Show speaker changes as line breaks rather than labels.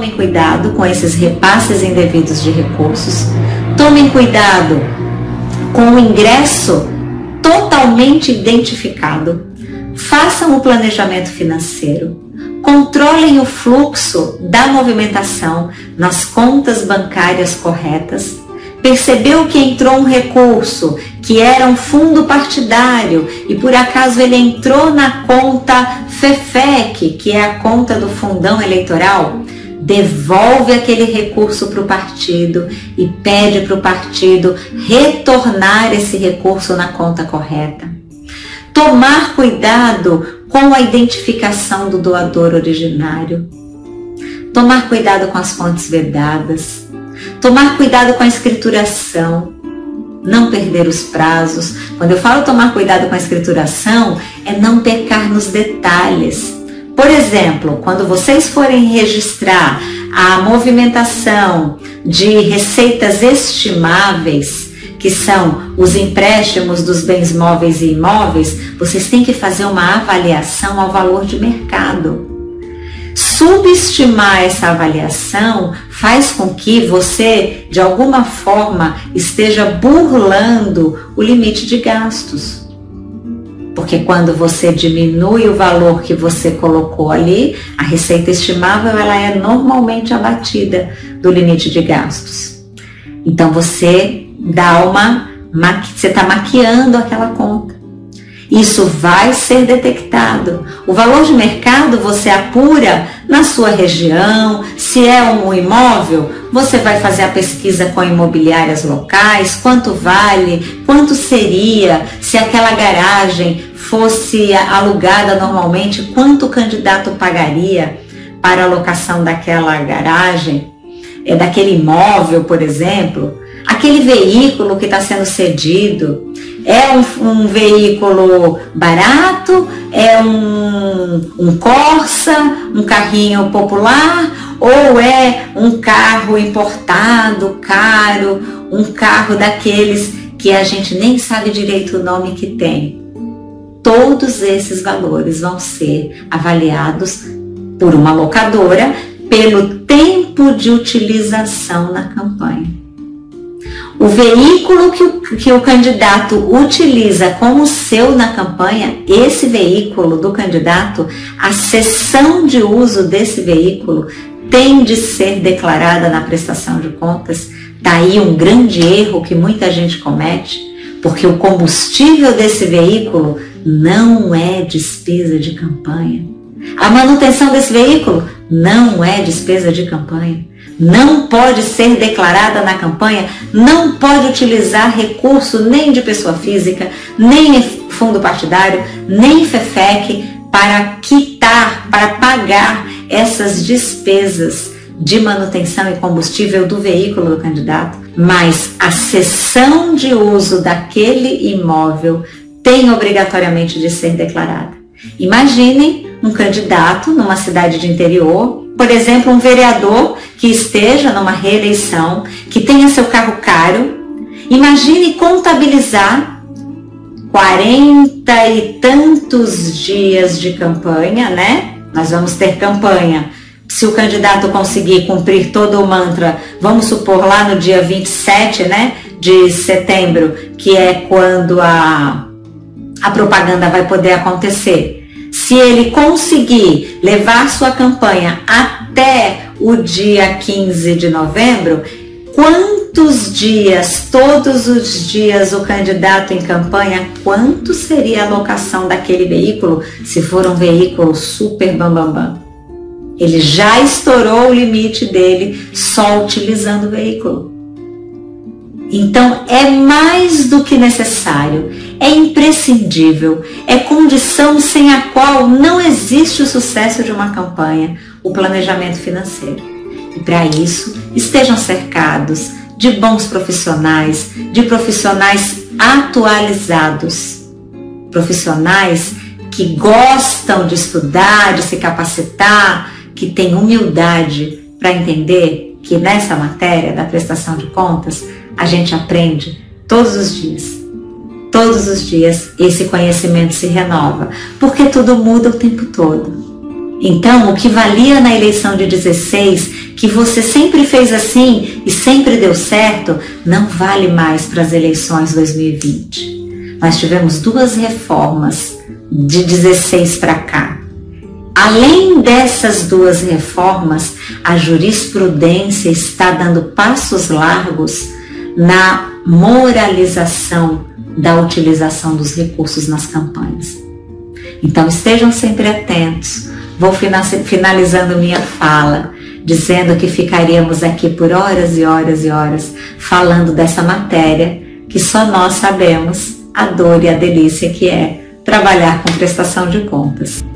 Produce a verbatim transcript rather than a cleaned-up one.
tomem cuidado com esses repasses indevidos de recursos, tomem cuidado com o ingresso totalmente identificado, façam o planejamento financeiro, controlem o fluxo da movimentação nas contas bancárias corretas. Percebeu que entrou um recurso que era um fundo partidário e por acaso ele entrou na conta FEFEC, que é a conta do fundão eleitoral? Devolve aquele recurso para o partido e pede para o partido retornar esse recurso na conta correta. Tomar cuidado com a identificação do doador originário. Tomar cuidado com as fontes vedadas. Tomar cuidado com a escrituração. Não perder os prazos. Quando eu falo tomar cuidado com a escrituração, é não pecar nos detalhes. Por exemplo, quando vocês forem registrar a movimentação de receitas estimáveis, que são os empréstimos dos bens móveis e imóveis, vocês têm que fazer uma avaliação ao valor de mercado. Subestimar essa avaliação faz com que você, de alguma forma, esteja burlando o limite de gastos. Porque quando você diminui o valor que você colocou ali, a receita estimável ela é normalmente abatida do limite de gastos. Então você dá uma, você está maquiando aquela conta. Isso vai ser detectado. O valor de mercado você apura na sua região. Se é um imóvel, você vai fazer a pesquisa com imobiliárias locais, quanto vale, quanto seria se aquela garagem fosse alugada normalmente, quanto o candidato pagaria para a locação daquela garagem, é, daquele imóvel, por exemplo. Aquele veículo que está sendo cedido é um, um veículo barato, é um, um Corsa, um carrinho popular, ou é um carro importado, caro, um carro daqueles que a gente nem sabe direito o nome que tem. Todos esses valores vão ser avaliados por uma locadora pelo tempo de utilização na campanha. O veículo que o, que o candidato utiliza como seu na campanha, esse veículo do candidato, a cessão de uso desse veículo tem de ser declarada na prestação de contas. Daí um grande erro que muita gente comete, porque o combustível desse veículo não é despesa de campanha. A manutenção desse veículo não é despesa de campanha. Não pode ser declarada na campanha, não pode utilizar recurso nem de pessoa física, nem fundo partidário, nem FEFEC para quitar, para pagar essas despesas de manutenção e combustível do veículo do candidato. Mas a cessão de uso daquele imóvel tem obrigatoriamente de ser declarada. Imaginem um candidato numa cidade de interior, por exemplo, um vereador que esteja numa reeleição, que tenha seu carro caro. Imagine contabilizar quarenta e tantos dias de campanha, né? Nós vamos ter campanha. Se o candidato conseguir cumprir todo o mantra, vamos supor lá no dia vinte e sete, né, de setembro, que é quando a, a propaganda vai poder acontecer. Se ele conseguir levar sua campanha até o dia quinze de novembro, quantos dias, todos os dias, o candidato em campanha, quanto seria a alocação daquele veículo, se for um veículo super bambambam? Bam, bam? Ele já estourou o limite dele só utilizando o veículo. Então, é mais do que necessário, é imprescindível, é condição sem a qual não existe o sucesso de uma campanha, o planejamento financeiro. E para isso, estejam cercados de bons profissionais, de profissionais atualizados, profissionais que gostam de estudar, de se capacitar, que têm humildade para entender que nessa matéria da prestação de contas, a gente aprende todos os dias. Todos os dias esse conhecimento se renova, porque tudo muda o tempo todo. Então, o que valia na eleição de dezesseis, que você sempre fez assim e sempre deu certo, não vale mais para as eleições dois mil e vinte. Nós tivemos duas reformas de dezesseis para cá. Além dessas duas reformas, a jurisprudência está dando passos largos na moralização da utilização dos recursos nas campanhas. Então estejam sempre atentos. Vou finalizando minha fala, dizendo que ficaríamos aqui por horas e horas e horas falando dessa matéria que só nós sabemos a dor e a delícia que é trabalhar com prestação de contas.